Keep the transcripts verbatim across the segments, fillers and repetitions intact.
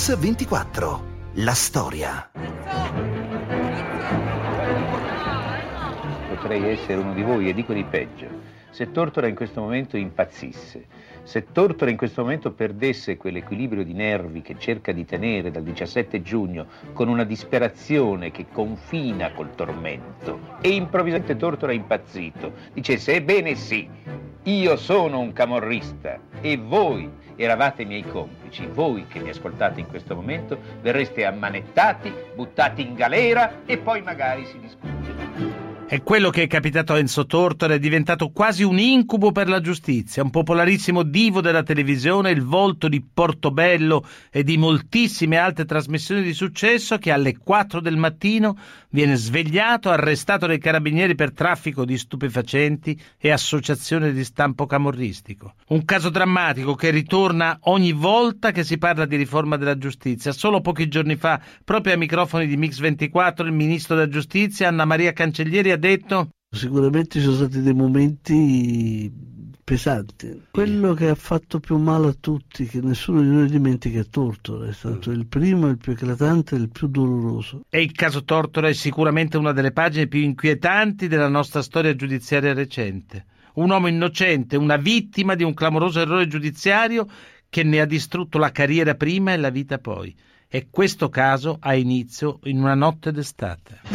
Mix ventiquattro. La storia. Potrei essere uno di voi e dico di peggio. Se Tortora in questo momento impazzisse, se Tortora in questo momento perdesse quell'equilibrio di nervi che cerca di tenere dal diciassette giugno con una disperazione che confina col tormento e improvvisamente Tortora impazzito dicesse ebbene sì, io sono un camorrista e voi eravate miei complici, voi che mi ascoltate in questo momento verreste ammanettati, buttati in galera e poi magari si discute. E quello che è capitato a Enzo Tortora è diventato quasi un incubo per la giustizia, un popolarissimo divo della televisione, il volto di Portobello e di moltissime altre trasmissioni di successo, che alle quattro del mattino viene svegliato, arrestato dai carabinieri per traffico di stupefacenti e associazione di stampo camorristico. Un caso drammatico che ritorna ogni volta che si parla di riforma della giustizia. Solo pochi giorni fa, proprio ai microfoni di Mix ventiquattro, il ministro della giustizia, Anna Maria Cancellieri, ha detto: sicuramente ci sono stati dei momenti pesanti. Quello che ha fatto più male a tutti, che nessuno di noi dimentica, è Tortora. È stato il primo, il più eclatante e il più doloroso. E il caso Tortora è sicuramente una delle pagine più inquietanti della nostra storia giudiziaria recente. Un uomo innocente, una vittima di un clamoroso errore giudiziario che ne ha distrutto la carriera prima e la vita poi. E questo caso ha inizio in una notte d'estate.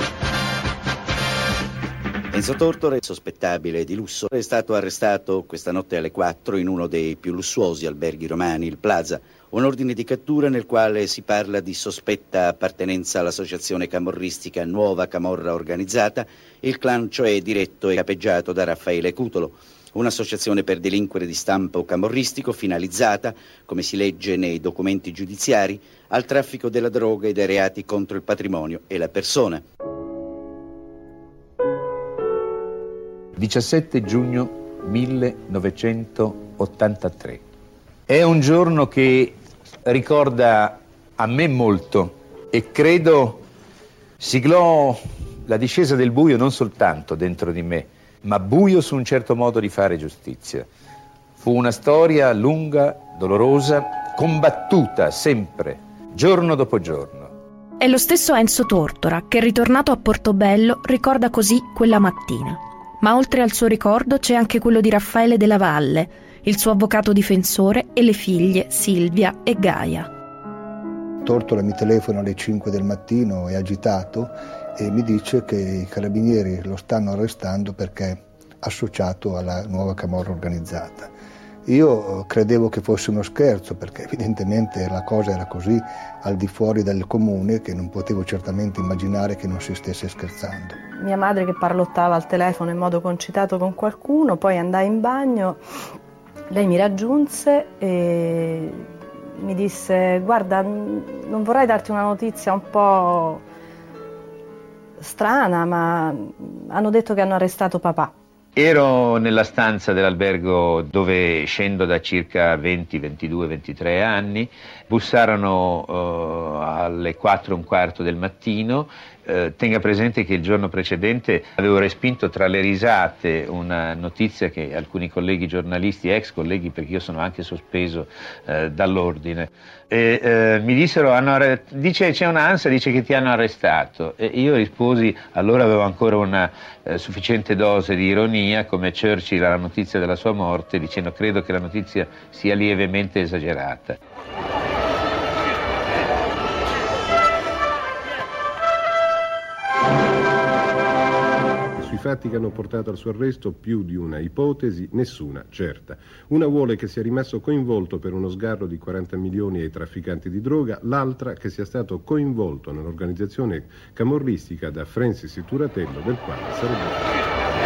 Enzo Tortora, sospettabile di lusso, è stato arrestato questa notte alle quattro in uno dei più lussuosi alberghi romani, il Plaza. Un ordine di cattura nel quale si parla di sospetta appartenenza all'associazione camorristica Nuova Camorra Organizzata, il clan cioè diretto e capeggiato da Raffaele Cutolo. Un'associazione per delinquere di stampo camorristico finalizzata, come si legge nei documenti giudiziari, al traffico della droga e dei reati contro il patrimonio e la persona. diciassette giugno millenovecentottantatré. È un giorno che ricorda a me molto e credo siglò la discesa del buio non soltanto dentro di me, ma buio su un certo modo di fare giustizia. Fu una storia lunga, dolorosa, combattuta sempre, giorno dopo giorno. È lo stesso Enzo Tortora che, ritornato a Portobello, ricorda così quella mattina. Ma oltre al suo ricordo c'è anche quello di Raffaele Della Valle, il suo avvocato difensore, e le figlie Silvia e Gaia. Tortora mi telefona alle cinque del mattino, è agitato e mi dice che i carabinieri lo stanno arrestando perché è associato alla Nuova Camorra Organizzata. Io credevo che fosse uno scherzo, perché evidentemente la cosa era così al di fuori del comune che non potevo certamente immaginare che non si stesse scherzando. Mia madre che parlottava al telefono in modo concitato con qualcuno, poi andai in bagno, lei mi raggiunse e mi disse: guarda, non vorrei darti una notizia un po' strana, ma hanno detto che hanno arrestato papà. Ero nella stanza dell'albergo dove scendo da circa venti, ventidue, ventitré anni. Bussarono uh, alle quattro e un quarto del mattino. Uh, tenga presente che il giorno precedente avevo respinto tra le risate una notizia che alcuni colleghi giornalisti, ex colleghi, perché io sono anche sospeso uh, dall'ordine, e, uh, mi dissero, hanno arre- dice c'è un'ansia, dice che ti hanno arrestato. E io risposi, allora avevo ancora una uh, sufficiente dose di ironia, come Churchill alla notizia della sua morte, dicendo credo che la notizia sia lievemente esagerata. Sui fatti che hanno portato al suo arresto più di una ipotesi, nessuna certa. Una vuole che sia rimasto coinvolto per uno sgarro di quaranta milioni ai trafficanti di droga, l'altra che sia stato coinvolto nell'organizzazione camorristica da Francis Turatello, del quale sarebbe...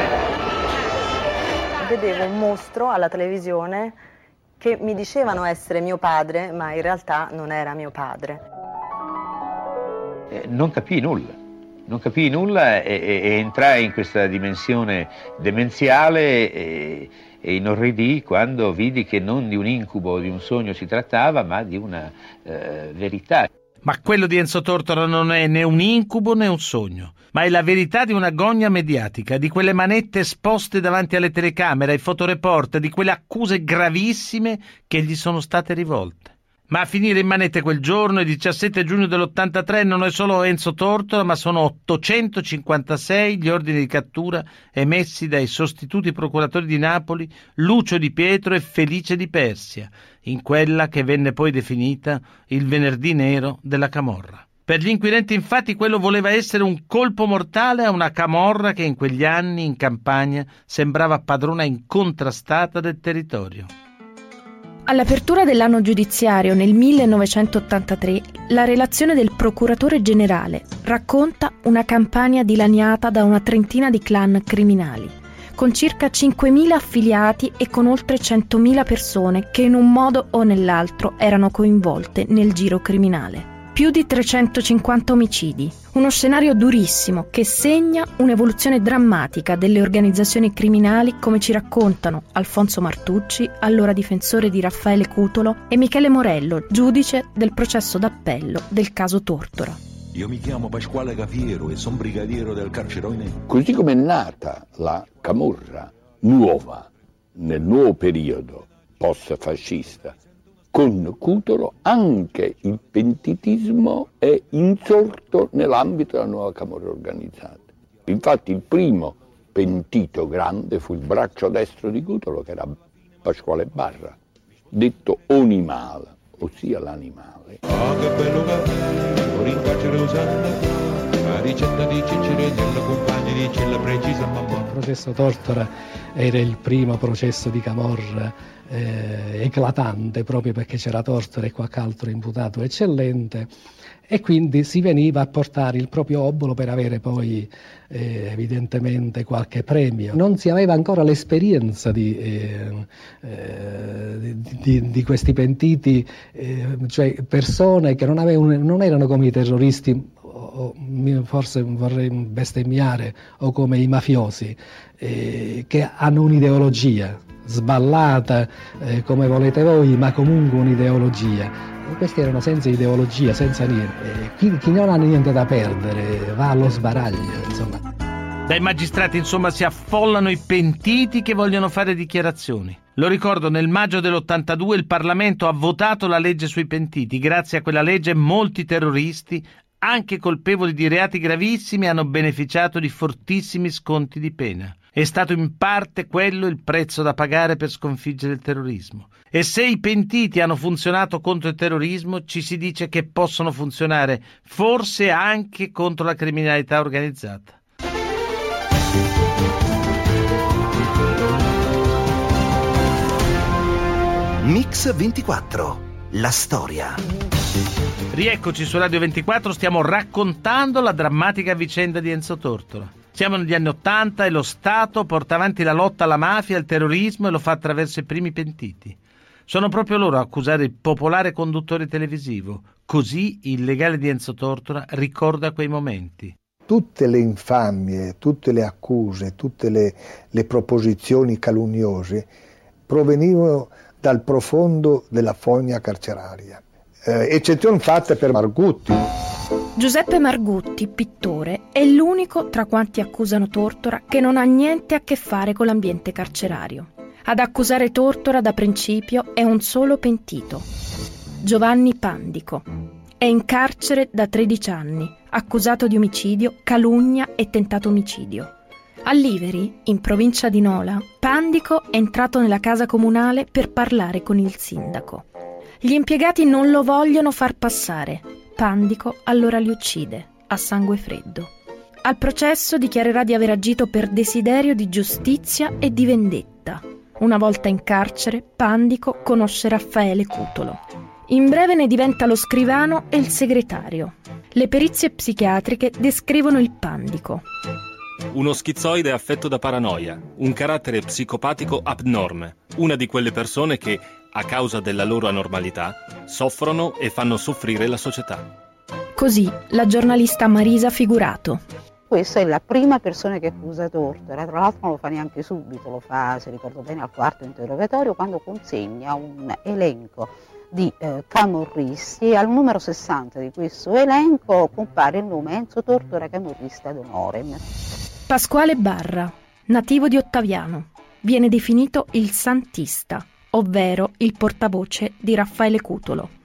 Vedevo un mostro alla televisione che mi dicevano essere mio padre, ma in realtà non era mio padre. Eh, non capii nulla, non capii nulla e, e, e entrai in questa dimensione demenziale e, e inorridì quando vidi che non di un incubo o di un sogno si trattava, ma di una eh, verità. Ma quello di Enzo Tortora non è né un incubo né un sogno, ma è la verità di una gogna mediatica, di quelle manette esposte davanti alle telecamere, ai fotoreporter, di quelle accuse gravissime che gli sono state rivolte. Ma a finire in manette quel giorno, il diciassette giugno dell'ottantatré, non è solo Enzo Tortora, ma sono ottocentocinquantasei gli ordini di cattura emessi dai sostituti procuratori di Napoli Lucio Di Pietro e Felice di Persia, in quella che venne poi definita il venerdì nero della camorra. Per gli inquirenti, infatti, quello voleva essere un colpo mortale a una camorra che in quegli anni in Campania sembrava padrona incontrastata del territorio. All'apertura dell'anno giudiziario nel millenovecentottantatré, la relazione del procuratore generale racconta una Campania dilaniata da una trentina di clan criminali, con circa cinquemila affiliati e con oltre centomila persone che in un modo o nell'altro erano coinvolte nel giro criminale. Più di trecentocinquanta omicidi, uno scenario durissimo che segna un'evoluzione drammatica delle organizzazioni criminali, come ci raccontano Alfonso Martucci, allora difensore di Raffaele Cutolo, e Michele Morello, giudice del processo d'appello del caso Tortora. Io mi chiamo Pasquale Cafiero e sono brigadiero del carcerone. Così come è nata la camorra nuova, nel nuovo periodo post-fascista, con Cutolo, anche il pentitismo è insorto nell'ambito della nuova camorra organizzata. Infatti il primo pentito grande fu il braccio destro di Cutolo, che era Pasquale Barra, detto Onimale, ossia l'animale. Oh, che bello che in carcere usando la ricetta di Cicciregnello, compagni di cella precisa mamma. Il processo Tortora era il primo processo di camorra eh, eclatante, proprio perché c'era Tortora e qualche altro imputato eccellente, e quindi si veniva a portare il proprio obolo per avere poi eh, evidentemente qualche premio. Non si aveva ancora l'esperienza di, eh, eh, di, di, di questi pentiti, eh, cioè persone che non, avevano, non erano come i terroristi, o, forse vorrei bestemmiare, o come i mafiosi, eh, che hanno un'ideologia sballata, eh, come volete voi, ma comunque un'ideologia. Questi erano senza ideologia, senza niente. Chi, chi non ha niente da perdere va allo sbaraglio, insomma. Dai magistrati, insomma, si affollano i pentiti che vogliono fare dichiarazioni. Lo ricordo, nel maggio dell'ottantadue il Parlamento ha votato la legge sui pentiti. Grazie a quella legge molti terroristi, anche colpevoli di reati gravissimi, hanno beneficiato di fortissimi sconti di pena. È stato in parte quello il prezzo da pagare per sconfiggere il terrorismo. E se i pentiti hanno funzionato contro il terrorismo, ci si dice che possono funzionare forse anche contro la criminalità organizzata. Mix ventiquattro, la storia. Rieccoci su Radio ventiquattro, stiamo raccontando la drammatica vicenda di Enzo Tortora. Siamo negli anni Ottanta e lo Stato porta avanti la lotta alla mafia e al terrorismo e lo fa attraverso i primi pentiti. Sono proprio loro a accusare il popolare conduttore televisivo. Così il legale di Enzo Tortora ricorda quei momenti. Tutte le infamie, tutte le accuse, tutte le, le proposizioni calunniose provenivano dal profondo della fogna carceraria. Eh, eccezione fatta per Margutti. Giuseppe Margutti, pittore, è l'unico tra quanti accusano Tortora che non ha niente a che fare con l'ambiente carcerario. Ad accusare Tortora da principio è un solo pentito, Giovanni Pandico. È in carcere da tredici anni, accusato di omicidio, calunnia e tentato omicidio. A Liveri, in provincia di Nola, Pandico è entrato nella casa comunale per parlare con il sindaco. Gli impiegati non lo vogliono far passare. Pandico allora li uccide, a sangue freddo. Al processo dichiarerà di aver agito per desiderio di giustizia e di vendetta. Una volta in carcere, Pandico conosce Raffaele Cutolo. In breve ne diventa lo scrivano e il segretario. Le perizie psichiatriche descrivono il Pandico. Uno schizoide affetto da paranoia, un carattere psicopatico abnorme, una di quelle persone che, a causa della loro anormalità, soffrono e fanno soffrire la società. Così la giornalista Marisa Figurato. Questa è la prima persona che accusa Tortora, tra l'altro non lo fa neanche subito, lo fa, se ricordo bene, al quarto interrogatorio, quando consegna un elenco di eh, camorristi, e al numero sessanta di questo elenco compare il nome Enzo Tortora, camorrista d'onore. Pasquale Barra, nativo di Ottaviano, viene definito il santista, ovvero il portavoce di Raffaele Cutolo.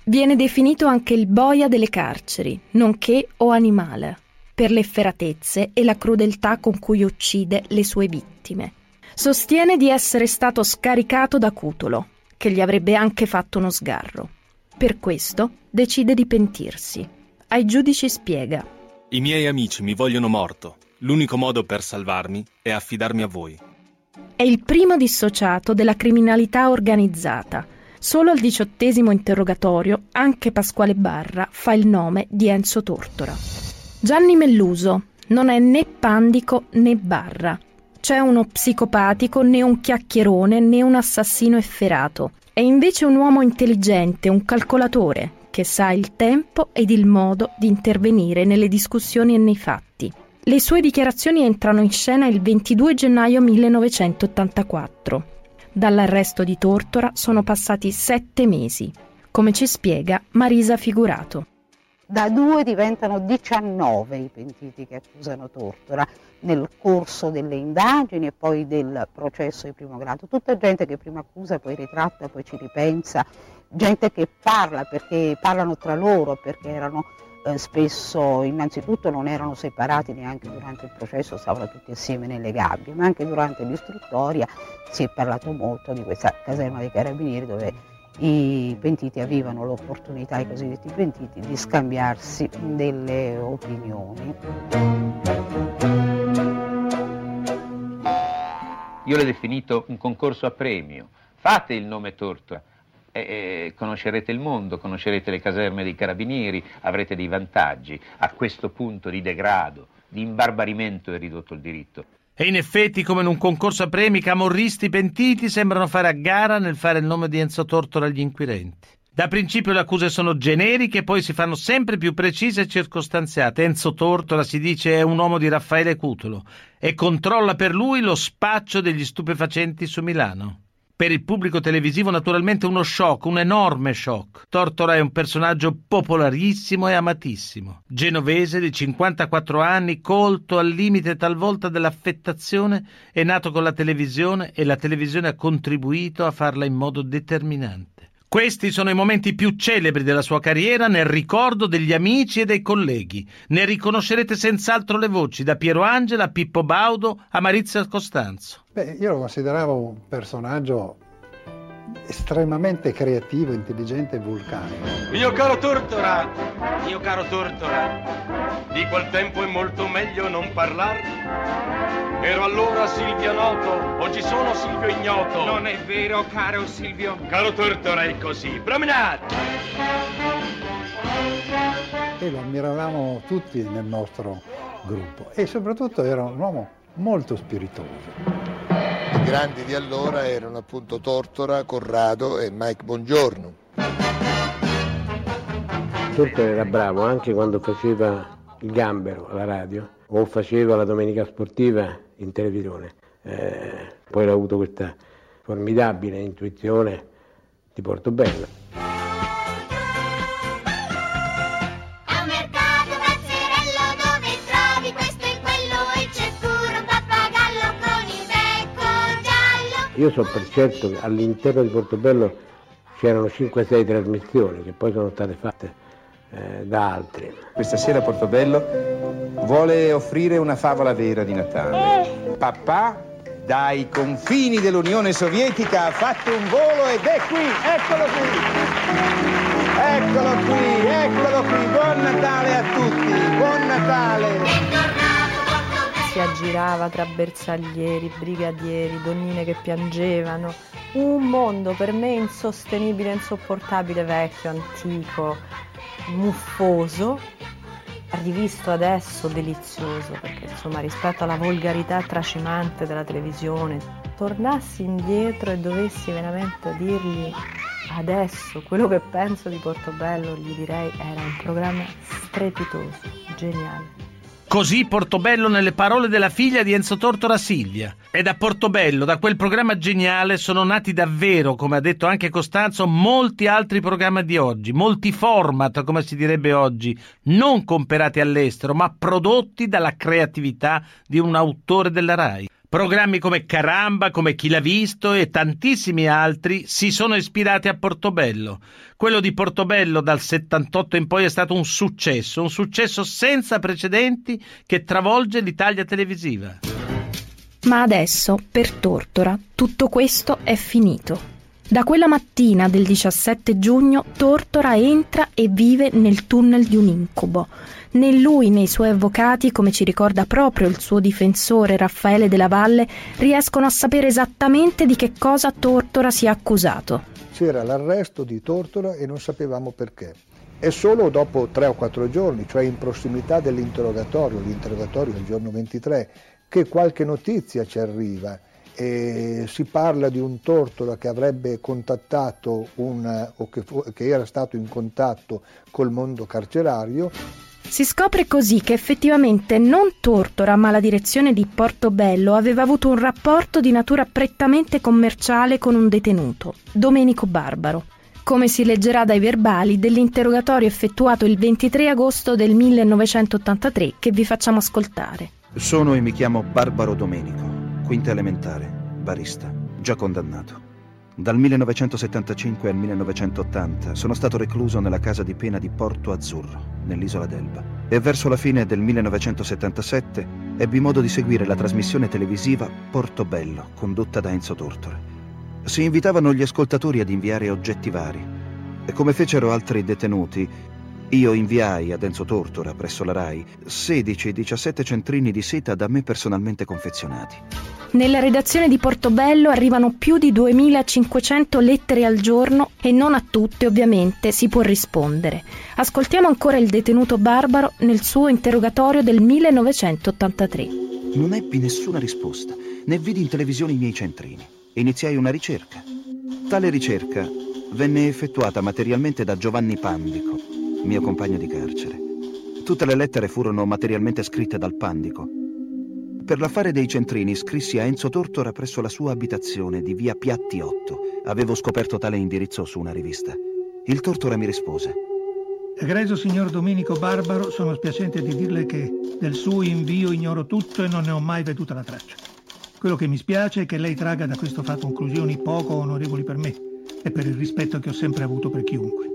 Viene definito anche il boia delle carceri, nonché o animale, per le efferatezze e la crudeltà con cui uccide le sue vittime. Sostiene di essere stato scaricato da Cutolo, che gli avrebbe anche fatto uno sgarro. Per questo decide di pentirsi. Ai giudici spiega: I miei amici mi vogliono morto. L'unico modo per salvarmi è affidarmi a voi. È il primo dissociato della criminalità organizzata. Solo al diciottesimo interrogatorio anche Pasquale Barra fa il nome di Enzo Tortora. Gianni Melluso non è né Pandico né Barra. C'è uno psicopatico, né un chiacchierone, né un assassino efferato. È invece un uomo intelligente, un calcolatore, che sa il tempo ed il modo di intervenire nelle discussioni e nei fatti. Le sue dichiarazioni entrano in scena il ventidue gennaio millenovecentottantaquattro. Dall'arresto di Tortora sono passati sette mesi, come ci spiega Marisa Figurato. Da due diventano diciannove i pentiti che accusano Tortora nel corso delle indagini e poi del processo di primo grado. Tutta gente che prima accusa, poi ritratta, poi ci ripensa, gente che parla perché parlano tra loro, perché erano eh, spesso, innanzitutto non erano separati neanche durante il processo, stavano tutti assieme nelle gabbie, ma anche durante l'istruttoria si è parlato molto di questa caserma dei Carabinieri dove i pentiti avevano l'opportunità, i cosiddetti pentiti, di scambiarsi delle opinioni. Io l'ho definito un concorso a premio. Fate il nome Tortora e, e conoscerete il mondo, conoscerete le caserme dei Carabinieri, avrete dei vantaggi. A questo punto di degrado, di imbarbarimento è ridotto il diritto. E in effetti, come in un concorso a premi, camorristi pentiti sembrano fare a gara nel fare il nome di Enzo Tortora agli inquirenti. Da principio le accuse sono generiche, poi si fanno sempre più precise e circostanziate. Enzo Tortora, si dice, è un uomo di Raffaele Cutolo e controlla per lui lo spaccio degli stupefacenti su Milano. Per il pubblico televisivo naturalmente uno shock, un enorme shock. Tortora è un personaggio popolarissimo e amatissimo. Genovese di cinquantaquattro anni, colto al limite talvolta dell'affettazione, è nato con la televisione e la televisione ha contribuito a farla in modo determinante. Questi sono i momenti più celebri della sua carriera nel ricordo degli amici e dei colleghi. Ne riconoscerete senz'altro le voci, da Piero Angela a Pippo Baudo a Maurizio Costanzo. Beh, io lo consideravo un personaggio estremamente creativo, intelligente e vulcanico. Mio caro Tortora, mio caro Tortora, di quel tempo è molto meglio non parlar. Ero allora Silvio noto, oggi sono Silvio ignoto. Non è vero, caro Silvio. Caro Tortora, è così. Promenade! E lo ammiravamo tutti nel nostro gruppo e soprattutto era un uomo molto spiritoso. I grandi di allora erano appunto Tortora, Corrado e Mike Bongiorno. Tortora era bravo anche quando faceva il gambero alla radio o faceva la domenica sportiva in televisione. Eh, poi ha avuto questa formidabile intuizione di Portobello. Io so per certo che all'interno di Portobello c'erano cinque sei trasmissioni che poi sono state fatte eh, da altri. Questa sera Portobello vuole offrire una favola vera di Natale. Papà dai confini dell'Unione Sovietica ha fatto un volo ed è qui, eccolo qui. Eccolo qui, eccolo qui. Buon Natale a tutti, buon Natale. Si aggirava tra bersaglieri, brigadieri, donnine che piangevano. Un mondo per me insostenibile, insopportabile, vecchio, antico, muffoso, rivisto adesso delizioso, perché insomma rispetto alla volgarità tracimante della televisione, tornassi indietro e dovessi veramente dirgli adesso quello che penso di Portobello, gli direi era un programma strepitoso, geniale. Così Portobello nelle parole della figlia di Enzo Tortora, Silvia. E da Portobello, da quel programma geniale, sono nati davvero, come ha detto anche Costanzo, molti altri programmi di oggi, molti format, come si direbbe oggi, non comprati all'estero, ma prodotti dalla creatività di un autore della RAI. Programmi come Caramba, come Chi l'ha visto e tantissimi altri si sono ispirati a Portobello. Quello di Portobello dal settantotto in poi è stato un successo, un successo senza precedenti che travolge l'Italia televisiva. Ma adesso, per Tortora, tutto questo è finito. Da quella mattina del diciassette giugno, Tortora entra e vive nel tunnel di un incubo. Né lui né i suoi avvocati, come ci ricorda proprio il suo difensore Raffaele Della Valle, riescono a sapere esattamente di che cosa Tortora sia accusato. C'era l'arresto di Tortora e non sapevamo perché. È solo dopo tre o quattro giorni, cioè in prossimità dell'interrogatorio, l'interrogatorio il giorno ventitré, che qualche notizia ci arriva. E si parla di un Tortora che avrebbe contattato un, o che, fu, che era stato in contatto col mondo carcerario. Si scopre così che effettivamente non Tortora ma la direzione di Portobello aveva avuto un rapporto di natura prettamente commerciale con un detenuto, Domenico Barbaro, come si leggerà dai verbali dell'interrogatorio effettuato il ventitré agosto del millenovecentottantatré che vi facciamo ascoltare. Sono e mi chiamo Barbaro Domenico, quinta elementare, barista, già condannato. Dal millenovecentosettantacinque al millenovecentottanta sono stato recluso nella casa di pena di Porto Azzurro, nell'isola d'Elba, e verso la fine del millenovecentosettantasette ebbi modo di seguire la trasmissione televisiva Portobello, condotta da Enzo Tortora. Si invitavano gli ascoltatori ad inviare oggetti vari, e come fecero altri detenuti, io inviai ad Enzo Tortora, presso la RAI, sedici diciassette centrini di seta da me personalmente confezionati. Nella redazione di Portobello arrivano più di duemilacinquecento lettere al giorno e non a tutte ovviamente si può rispondere. Ascoltiamo ancora il detenuto Barbaro nel suo interrogatorio del millenovecentottantatré. Non ebbi nessuna risposta, né vidi in televisione i miei centrini. Iniziai una ricerca. Tale ricerca venne effettuata materialmente da Giovanni Pandico, mio compagno di carcere. Tutte le lettere furono materialmente scritte dal Pandico. Per l'affare dei centrini scrissi a Enzo Tortora presso la sua abitazione di via Piatti otto. Avevo scoperto tale indirizzo su una rivista. Il Tortora mi rispose: Egregio signor Domenico Barbaro, sono spiacente di dirle che del suo invio ignoro tutto e non ne ho mai veduta la traccia. Quello che mi spiace è che lei tragga da questo fatto conclusioni poco onorevoli per me e per il rispetto che ho sempre avuto per chiunque.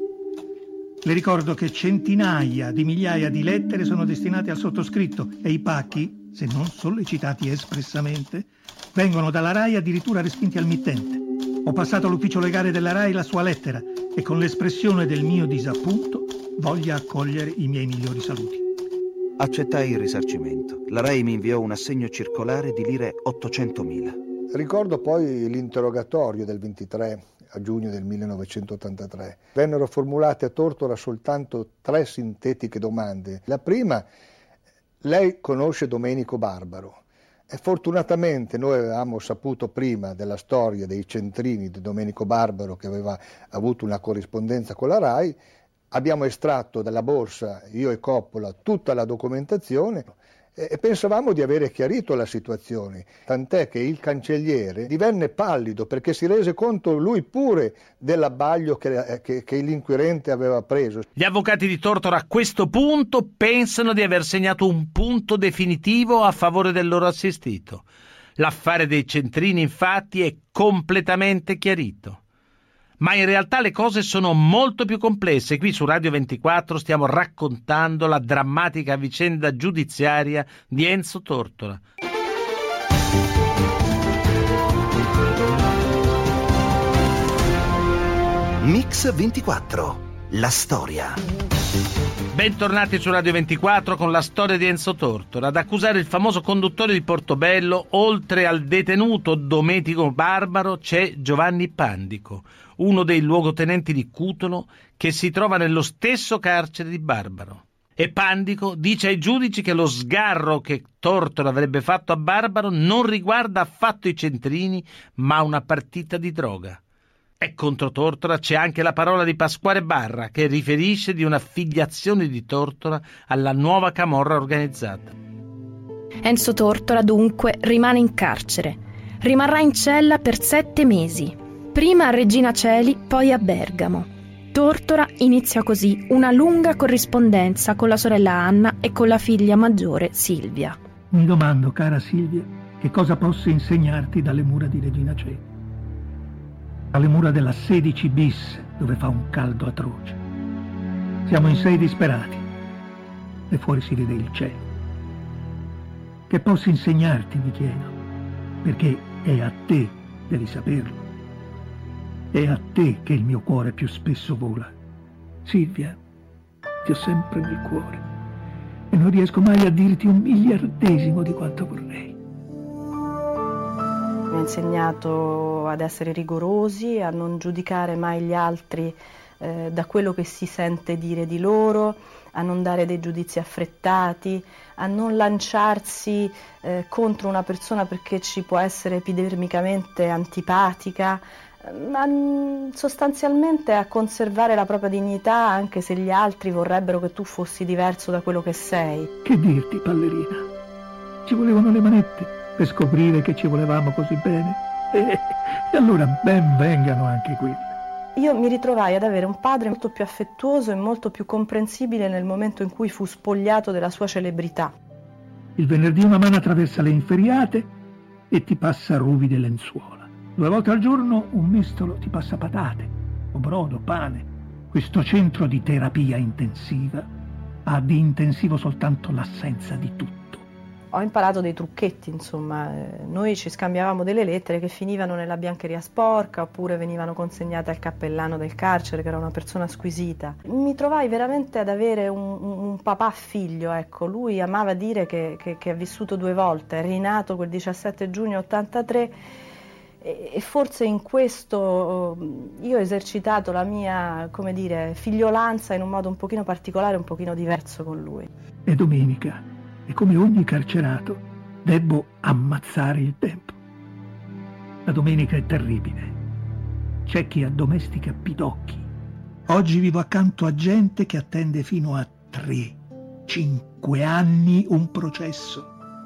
Le ricordo che centinaia di migliaia di lettere sono destinate al sottoscritto e i pacchi, se non sollecitati espressamente, vengono dalla RAI addirittura respinti al mittente. Ho passato all'ufficio legale della RAI la sua lettera e con l'espressione del mio disappunto voglia accogliere i miei migliori saluti. Accettai il risarcimento. La RAI mi inviò un assegno circolare di lire ottocentomila. Ricordo poi l'interrogatorio del ventitré a giugno del millenovecentottantatré. Vennero formulate a Tortora soltanto tre sintetiche domande. La prima: lei conosce Domenico Barbaro? E fortunatamente noi avevamo saputo prima della storia dei centrini di Domenico Barbaro, che aveva avuto una corrispondenza con la RAI. Abbiamo estratto dalla borsa, io e Coppola, tutta la documentazione e pensavamo di avere chiarito la situazione, tant'è che il cancelliere divenne pallido perché si rese conto lui pure dell'abbaglio che, che, che l'inquirente aveva preso. Gli avvocati di Tortora a questo punto pensano di aver segnato un punto definitivo a favore del loro assistito. L'affare dei centrini infatti è completamente chiarito. Ma in realtà le cose sono molto più complesse. Qui su Radio ventiquattro stiamo raccontando la drammatica vicenda giudiziaria di Enzo Tortora. Mix ventiquattro, la storia. Bentornati su Radio ventiquattro con la storia di Enzo Tortora. Ad accusare il famoso conduttore di Portobello, oltre al detenuto Domenico Barbaro, c'è Giovanni Pandico, uno dei luogotenenti di Cutolo che si trova nello stesso carcere di Barbaro. E Pandico dice ai giudici che lo sgarro che Tortora avrebbe fatto a Barbaro non riguarda affatto i centrini, ma una partita di droga. E contro Tortora c'è anche la parola di Pasquale Barra, che riferisce di una filiazione di Tortora alla nuova camorra organizzata. Enzo Tortora dunque rimane in carcere. Rimarrà in cella per sette mesi, prima a Regina Coeli, poi a Bergamo. Tortora inizia così una lunga corrispondenza con la sorella Anna e con la figlia maggiore Silvia. Mi domando, cara Silvia, che cosa posso insegnarti dalle mura di Regina Coeli, dalle mura della sedici bis, dove fa un caldo atroce. Siamo in sei disperati e fuori si vede il cielo. Che posso insegnarti, mi chiedo, perché è a te, devi saperlo. È a te che il mio cuore più spesso vola. Silvia, ti ho sempre nel cuore e non riesco mai a dirti un miliardesimo di quanto vorrei. Mi ha insegnato ad essere rigorosi, a non giudicare mai gli altri eh, da quello che si sente dire di loro, a non dare dei giudizi affrettati, a non lanciarsi eh, contro una persona perché ci può essere epidermicamente antipatica, ma sostanzialmente a conservare la propria dignità anche se gli altri vorrebbero che tu fossi diverso da quello che sei. Che dirti, ballerina? Ci volevano le manette per scoprire che ci volevamo così bene. E, e allora ben vengano anche quelle. Io mi ritrovai ad avere un padre molto più affettuoso e molto più comprensibile nel momento in cui fu spogliato della sua celebrità. Il venerdì una mano attraversa le inferriate e ti passa ruvide lenzuola. Due volte al giorno un mestolo ti passa patate, o brodo, pane. Questo centro di terapia intensiva ha di intensivo soltanto l'assenza di tutto. Ho imparato dei trucchetti, insomma, noi ci scambiavamo delle lettere che finivano nella biancheria sporca oppure venivano consegnate al cappellano del carcere, che era una persona squisita. Mi trovai veramente ad avere un, un papà figlio, ecco. Lui amava dire che, che, che ha vissuto due volte, è rinato quel diciassette giugno ottantatré e, e forse in questo io ho esercitato la mia, come dire, figliolanza in un modo un pochino particolare, un pochino diverso con lui. È domenica. E come ogni carcerato, debbo ammazzare il tempo. La domenica è terribile. C'è chi addomestica pidocchi. Oggi vivo accanto a gente che attende fino a tre, cinque anni un processo.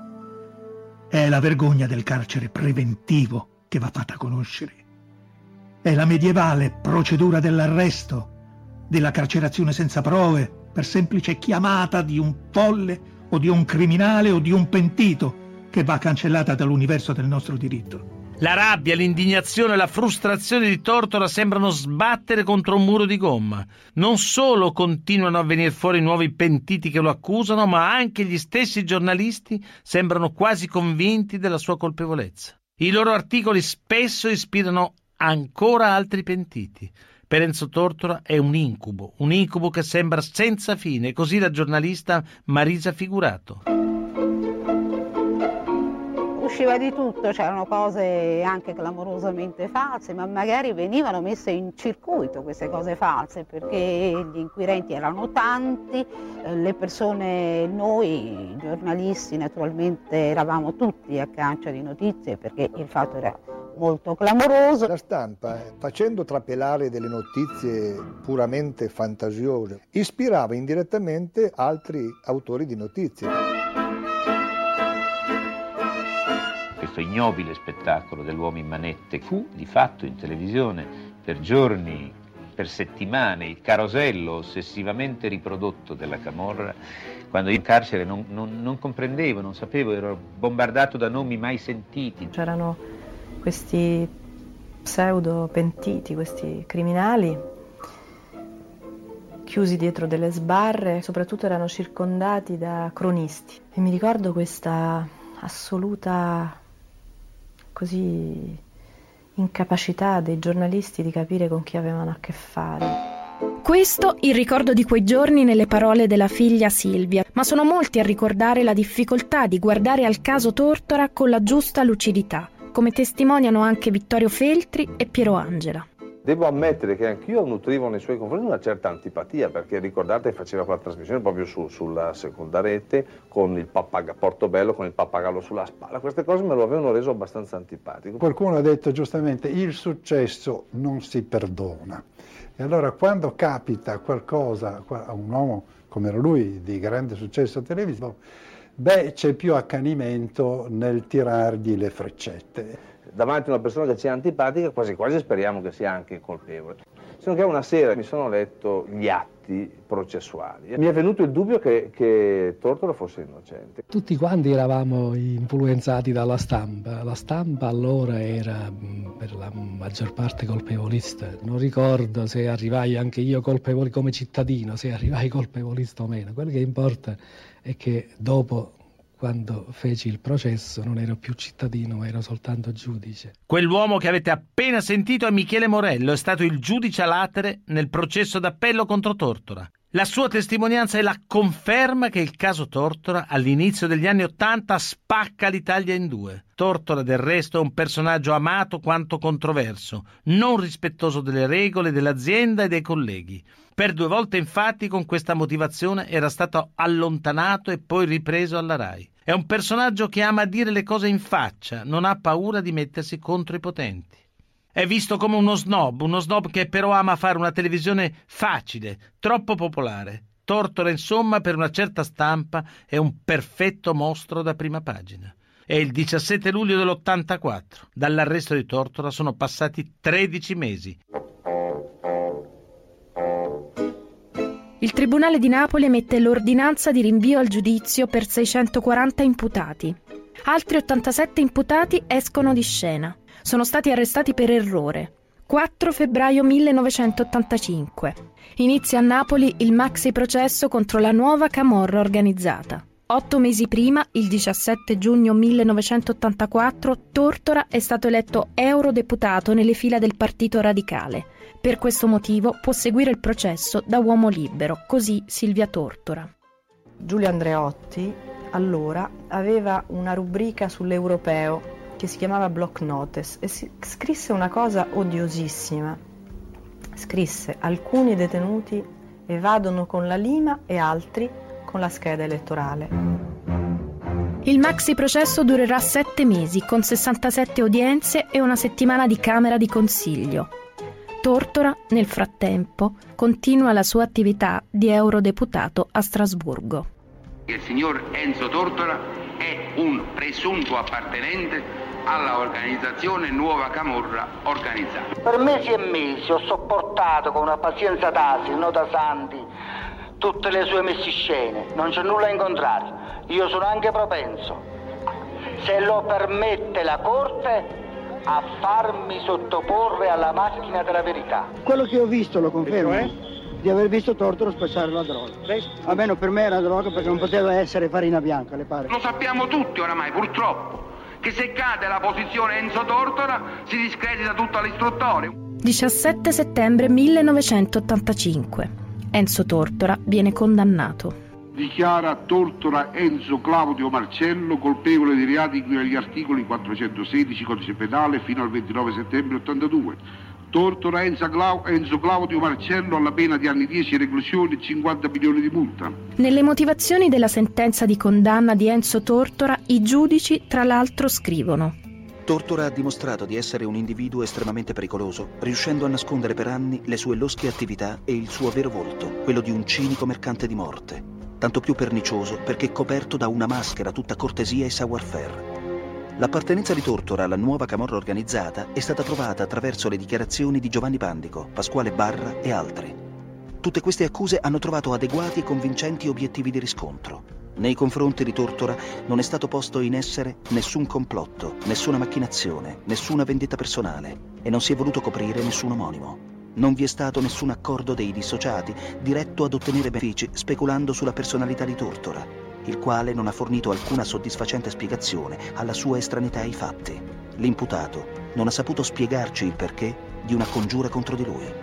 È la vergogna del carcere preventivo che va fatta conoscere. È la medievale procedura dell'arresto, della carcerazione senza prove, per semplice chiamata di un folle o di un criminale o di un pentito, che va cancellata dall'universo del nostro diritto. La rabbia, l'indignazione e la frustrazione di Tortora sembrano sbattere contro un muro di gomma. Non solo continuano a venire fuori nuovi pentiti che lo accusano, ma anche gli stessi giornalisti sembrano quasi convinti della sua colpevolezza. I loro articoli spesso ispirano ancora altri pentiti. Per Enzo Tortora è un incubo, un incubo che sembra senza fine, così la giornalista Marisa Figurato. Usciva di tutto, c'erano cose anche clamorosamente false, ma magari venivano messe in circuito queste cose false, perché gli inquirenti erano tanti, le persone, noi giornalisti naturalmente eravamo tutti a cancia di notizie, perché il fatto era molto clamoroso. La stampa, facendo trapelare delle notizie puramente fantasiose, ispirava indirettamente altri autori di notizie. Questo ignobile spettacolo dell'uomo in manette fu di fatto in televisione per giorni, per settimane, il carosello ossessivamente riprodotto della camorra. Quando io in carcere non, non, non comprendevo, non sapevo, ero bombardato da nomi mai sentiti. C'erano questi pseudo pentiti, questi criminali chiusi dietro delle sbarre, soprattutto erano circondati da cronisti. E mi ricordo questa assoluta così incapacità dei giornalisti di capire con chi avevano a che fare. Questo il ricordo di quei giorni nelle parole della figlia Silvia, ma sono molti a ricordare la difficoltà di guardare al caso Tortora con la giusta lucidità, come testimoniano anche Vittorio Feltri e Piero Angela. Devo ammettere che anch'io nutrivo nei suoi confronti una certa antipatia, perché ricordate faceva quella trasmissione proprio su, sulla seconda rete con il pappagallo, Portobello con il pappagallo sulla spalla. Queste cose me lo avevano reso abbastanza antipatico. Qualcuno ha detto giustamente il successo non si perdona. E allora quando capita qualcosa a un uomo come era lui di grande successo televisivo, beh, c'è più accanimento nel tirargli le freccette. davanti a una persona che ci è antipatica quasi quasi speriamo che sia anche colpevole. Sino che una sera mi sono letto gli atti processuali. Mi è venuto il dubbio che, che Tortora fosse innocente. Tutti quanti eravamo influenzati dalla stampa. La stampa allora era per la maggior parte colpevolista. Non ricordo se arrivai anche io colpevole come cittadino, se arrivai colpevolista o meno. Quello che importa è che dopo, quando feci il processo, non ero più cittadino, ma ero soltanto giudice. Quell'uomo che avete appena sentito è Michele Morello, è stato il giudice a latere nel processo d'appello contro Tortora. La sua testimonianza è la conferma che il caso Tortora all'inizio degli anni Ottanta spacca l'Italia in due. Tortora del resto è un personaggio amato quanto controverso, non rispettoso delle regole dell'azienda e dei colleghi. Per due volte infatti con questa motivazione era stato allontanato e poi ripreso alla RAI. È un personaggio che ama dire le cose in faccia, non ha paura di mettersi contro i potenti. È visto come uno snob, uno snob che però ama fare una televisione facile, troppo popolare. Tortora, insomma, per una certa stampa è un perfetto mostro da prima pagina. È il diciassette luglio dell'ottantaquattro. Dall'arresto di Tortora sono passati tredici mesi. Il Tribunale di Napoli emette l'ordinanza di rinvio al giudizio per seicentoquaranta imputati. Altri ottantasette imputati escono di scena. Sono stati arrestati per errore. quattro febbraio millenovecentottantacinque. Inizia a Napoli il maxi processo contro la nuova camorra organizzata. Otto mesi prima, il diciassette giugno millenovecentottantaquattro, Tortora è stato eletto eurodeputato nelle fila del Partito Radicale. Per questo motivo può seguire il processo da uomo libero, così Silvia Tortora. Giulio Andreotti allora aveva una rubrica sull'europeo che si chiamava Block Notes e si scrisse una cosa odiosissima. Scrisse: alcuni detenuti evadono con la lima e altri con la scheda elettorale. Il maxi processo durerà sette mesi, con sessantasette udienze e una settimana di camera di consiglio. Tortora, nel frattempo, continua la sua attività di eurodeputato a Strasburgo. Il signor Enzo Tortora è un presunto appartenente alla organizzazione Nuova Camorra Organizzata. Per mesi e mesi ho sopportato con una pazienza d'asino, non da santi, tutte le sue messiscene. Non c'è nulla in contrario. Io sono anche propenso, se lo permette la Corte, a farmi sottoporre alla macchina della verità. Quello che ho visto, lo confermo, di aver visto Tortora spacciare la droga. Almeno per me era droga, perché non poteva essere farina bianca, le pare. Lo sappiamo tutti oramai, purtroppo, che se cade la posizione Enzo Tortora si discredita tutta l'istruttoria. diciassette settembre millenovecentottantacinque. Enzo Tortora viene condannato. Dichiara Tortora Enzo Claudio Marcello colpevole dei reati di cui agli articoli quattrocentosedici codice penale fino al ventinove settembre ottantadue. Tortora Enzo, Clau- Enzo Claudio Marcello alla pena di anni dieci reclusione e cinquanta milioni di multa. Nelle motivazioni della sentenza di condanna di Enzo Tortora, i giudici tra l'altro scrivono: Tortora ha dimostrato di essere un individuo estremamente pericoloso, riuscendo a nascondere per anni le sue losche attività e il suo vero volto, quello di un cinico mercante di morte. Tanto più pernicioso perché coperto da una maschera tutta cortesia e savoir-faire. L'appartenenza di Tortora alla nuova camorra organizzata è stata trovata attraverso le dichiarazioni di Giovanni Pandico, Pasquale Barra e altri. Tutte queste accuse hanno trovato adeguati e convincenti obiettivi di riscontro. Nei confronti di Tortora non è stato posto in essere nessun complotto, nessuna macchinazione, nessuna vendetta personale e non si è voluto coprire nessun omonimo. Non vi è stato nessun accordo dei dissociati diretto ad ottenere benefici speculando sulla personalità di Tortora, il quale non ha fornito alcuna soddisfacente spiegazione alla sua estraneità ai fatti. L'imputato non ha saputo spiegarci il perché di una congiura contro di lui.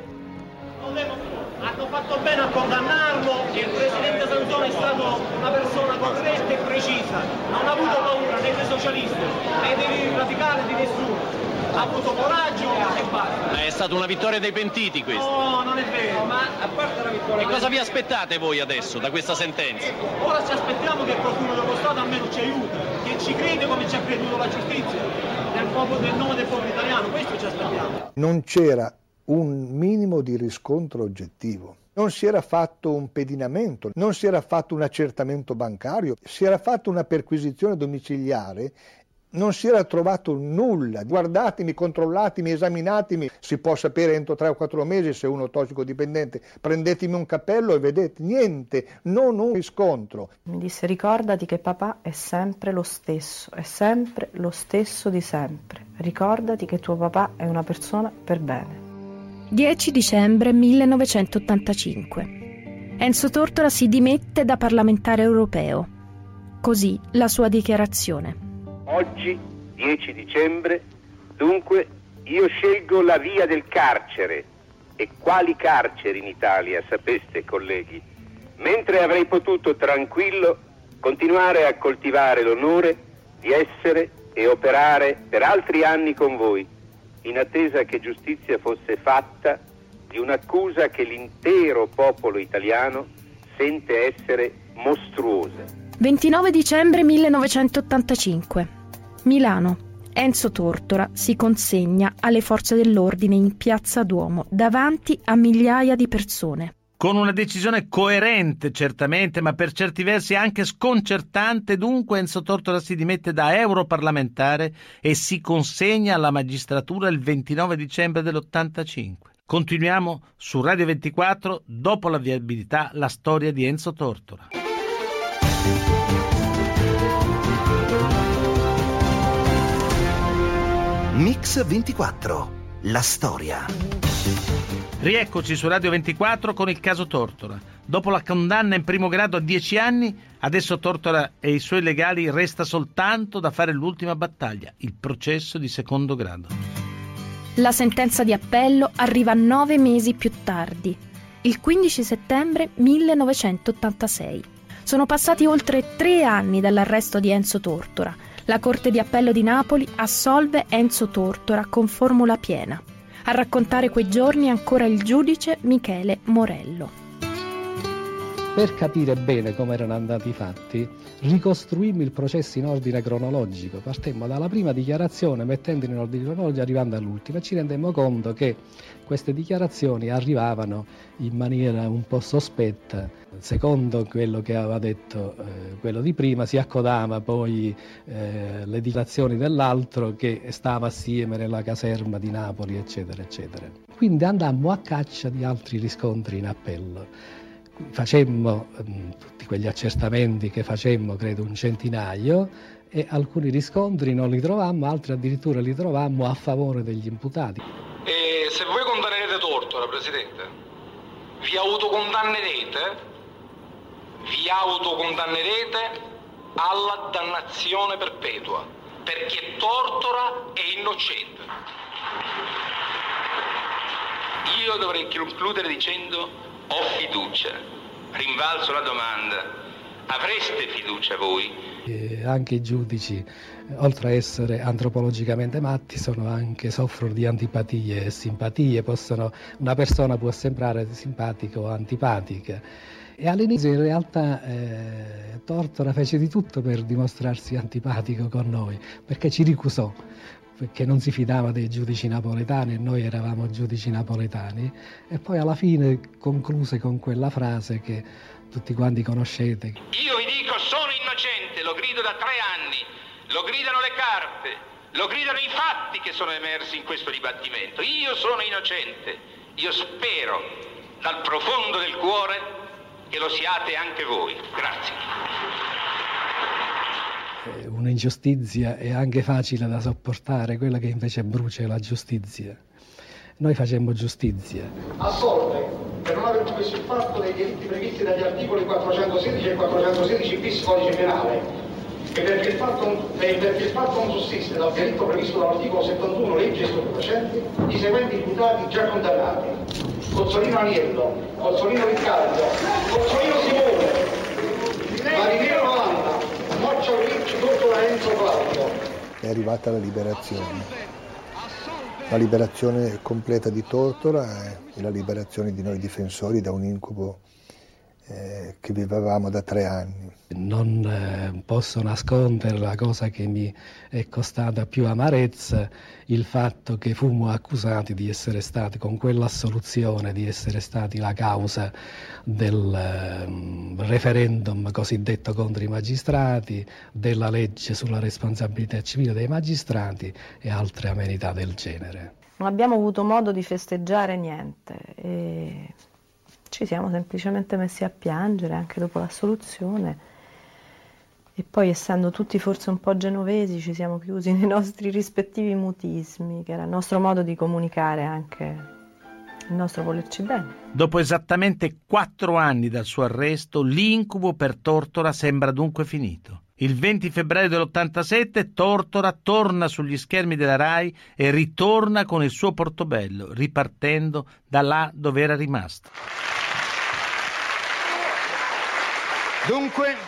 Hanno fatto bene a condannarlo, il presidente Sansone è stato una persona corretta e precisa, non ha avuto paura né dei socialisti né dei radicali di nessuno. Ha avuto coraggio e basta. È stata una vittoria dei pentiti questa. No, non è vero, ma a parte la vittoria... E cosa vi aspettate voi adesso da questa sentenza? Ora ci aspettiamo che qualcuno dello Stato almeno ci aiuti, che ci crede come ci ha creduto la giustizia, nel, popolo, nel nome del popolo italiano, questo ci aspettiamo. Non c'era un minimo di riscontro oggettivo. Non si era fatto un pedinamento, non si era fatto un accertamento bancario, si era fatta una perquisizione domiciliare Non si era trovato nulla. Guardatemi, controllatemi, esaminatemi. Si può sapere entro tre o quattro mesi se uno è tossicodipendente. Prendetemi un cappello e vedete. Niente, non un riscontro. Mi disse: ricordati che papà è sempre lo stesso, è sempre lo stesso di sempre. Ricordati che tuo papà è una persona per bene. dieci dicembre millenovecentottantacinque. Enzo Tortora si dimette da parlamentare europeo. Così la sua dichiarazione. Oggi, dieci dicembre, dunque, io scelgo la via del carcere. E quali carceri in Italia, sapeste, colleghi? Mentre avrei potuto tranquillo continuare a coltivare l'onore di essere e operare per altri anni con voi, in attesa che giustizia fosse fatta di un'accusa che l'intero popolo italiano sente essere mostruosa. ventinove dicembre millenovecentottantacinque. Milano. Enzo Tortora si consegna alle forze dell'ordine in Piazza Duomo davanti a migliaia di persone. Con una decisione coerente certamente, ma per certi versi anche sconcertante, dunque Enzo Tortora si dimette da europarlamentare e si consegna alla magistratura il ventinove dicembre dell'ottantacinque. Continuiamo su Radio ventiquattro, dopo la viabilità, la storia di Enzo Tortora. Mix ventiquattro, la storia. Rieccoci su Radio ventiquattro con il caso Tortora. Dopo la condanna in primo grado a dieci anni, adesso Tortora e i suoi legali resta soltanto da fare l'ultima battaglia, il processo di secondo grado. La sentenza di appello arriva nove mesi più tardi, il quindici settembre millenovecentottantasei. Sono passati oltre tre anni dall'arresto di Enzo Tortora. La Corte di Appello di Napoli assolve Enzo Tortora con formula piena. A raccontare quei giorni ancora il giudice Michele Morello. Per capire bene come erano andati i fatti, ricostruimmo il processo in ordine cronologico. Partemmo dalla prima dichiarazione, mettendolo in ordine cronologico, arrivando all'ultima, e ci rendemmo conto che queste dichiarazioni arrivavano in maniera un po' sospetta. Secondo quello che aveva detto eh, quello di prima, si accodava poi eh, le dichiarazioni dell'altro che stava assieme nella caserma di Napoli, eccetera, eccetera. Quindi andammo a caccia di altri riscontri in appello. Facemmo mh, tutti quegli accertamenti che facemmo, credo un centinaio, e alcuni riscontri non li trovammo, altri addirittura li trovammo a favore degli imputati. E se voi condannerete Tortora, Presidente, vi autocondannerete, vi autocondannerete alla dannazione perpetua, perché Tortora è innocente. Io dovrei concludere dicendo: ho fiducia. Rinvalso la domanda: avreste fiducia voi? E anche i giudici, oltre a essere antropologicamente matti, sono anche, soffrono di antipatie e simpatie. Possono, una persona può sembrare simpatica o antipatica. E all'inizio in realtà eh, Tortora fece di tutto per dimostrarsi antipatico con noi, perché ci ricusò, perché non si fidava dei giudici napoletani e noi eravamo giudici napoletani, e poi alla fine concluse con quella frase che tutti quanti conoscete. Io vi dico: sono innocente, lo grido da tre anni, lo gridano le carte, lo gridano i fatti che sono emersi in questo dibattimento. Io sono innocente, io spero dal profondo del cuore che lo siate anche voi. Grazie. Un'ingiustizia è anche facile da sopportare, quella che invece brucia è la giustizia. Noi facemmo giustizia. Assolve per non aver commesso il fatto dei delitti previsti dagli articoli quattrocentosedici e quattrocentosedici bis codice penale, e perché il fatto, e perché il fatto non sussiste dal delitto previsto dall'articolo settantuno legge stupefacenti, i seguenti imputati già condannati: Cozzolino Aniello, Cozzolino Riccardo, Cozzolino Simone, Marinero Rolanda, Moccia Ricci, Tortora Enzo Claudio. È arrivata la liberazione. La liberazione completa di Tortora e la liberazione di noi difensori da un incubo eh, che vivevamo da tre anni. Non eh, posso nascondere la cosa che mi è costata più amarezza, il fatto che fummo accusati di essere stati, con quell'assoluzione, di essere stati la causa del eh, referendum cosiddetto contro i magistrati, della legge sulla responsabilità civile dei magistrati e altre amenità del genere. Non abbiamo avuto modo di festeggiare niente e ci siamo semplicemente messi a piangere anche dopo l'assoluzione. E poi, essendo tutti forse un po' genovesi, ci siamo chiusi nei nostri rispettivi mutismi, che era il nostro modo di comunicare anche il nostro volerci bene. Dopo esattamente quattro anni dal suo arresto, l'incubo per Tortora sembra dunque finito. Il venti febbraio dell'ottantasette Tortora torna sugli schermi della Rai e ritorna con il suo Portobello, ripartendo da là dove era rimasto. Dunque,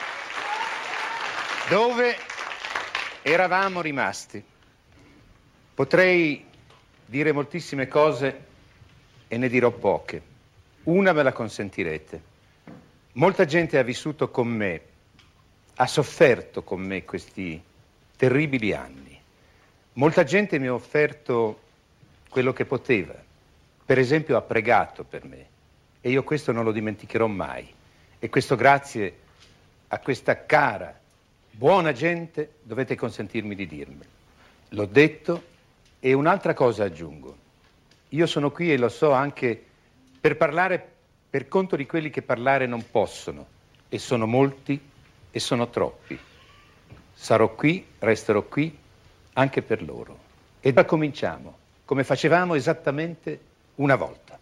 dove eravamo rimasti? Potrei dire moltissime cose e ne dirò poche. Una me la consentirete. Molta gente ha vissuto con me, ha sofferto con me questi terribili anni. Molta gente mi ha offerto quello che poteva. Per esempio ha pregato per me e io questo non lo dimenticherò mai. E questo grazie a questa cara, buona gente, dovete consentirmi di dirmelo. L'ho detto e un'altra cosa aggiungo. Io sono qui e lo so anche per parlare per conto di quelli che parlare non possono, e sono molti e sono troppi. Sarò qui, resterò qui, anche per loro. E ora cominciamo, come facevamo esattamente una volta.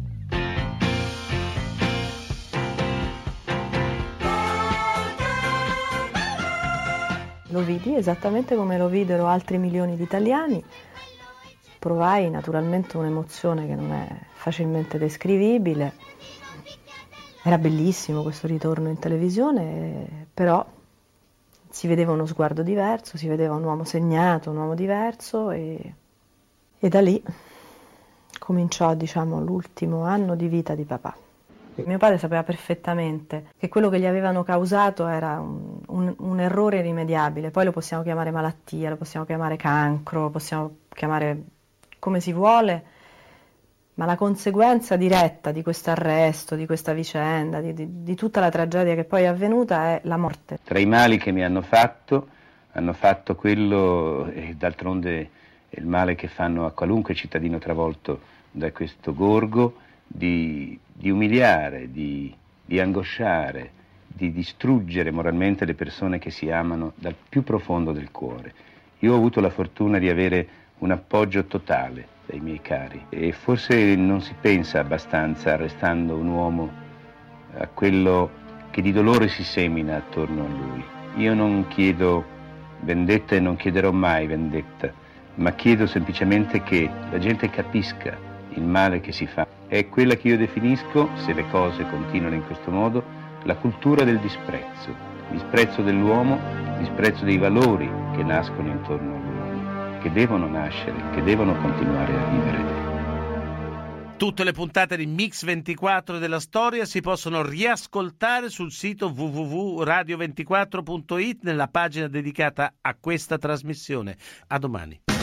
Lo vidi esattamente come lo videro altri milioni di italiani. Provai naturalmente un'emozione che non è facilmente descrivibile. Era bellissimo questo ritorno in televisione, però si vedeva uno sguardo diverso, si vedeva un uomo segnato, un uomo diverso e, e da lì cominciò, diciamo, l'ultimo anno di vita di papà. Mio padre sapeva perfettamente che quello che gli avevano causato era un, un, un errore irrimediabile, poi lo possiamo chiamare malattia, lo possiamo chiamare cancro, lo possiamo chiamare come si vuole, ma la conseguenza diretta di questo arresto, di questa vicenda, di, di, di tutta la tragedia che poi è avvenuta è la morte. Tra i mali che mi hanno fatto, hanno fatto quello, e d'altronde è il male che fanno a qualunque cittadino travolto da questo gorgo, di, di umiliare, di, di angosciare, di distruggere moralmente le persone che si amano dal più profondo del cuore. Io ho avuto la fortuna di avere un appoggio totale dai miei cari e forse non si pensa abbastanza, restando un uomo, a quello che di dolore si semina attorno a lui. Io non chiedo vendetta e non chiederò mai vendetta, ma chiedo semplicemente che la gente capisca il male che si fa. È quella che io definisco, se le cose continuano in questo modo, la cultura del disprezzo, disprezzo dell'uomo, disprezzo dei valori che nascono intorno a lui, che devono nascere, che devono continuare a vivere. Tutte le puntate di Mix ventiquattro della storia si possono riascoltare sul sito w w w punto radio ventiquattro punto it nella pagina dedicata a questa trasmissione. A domani.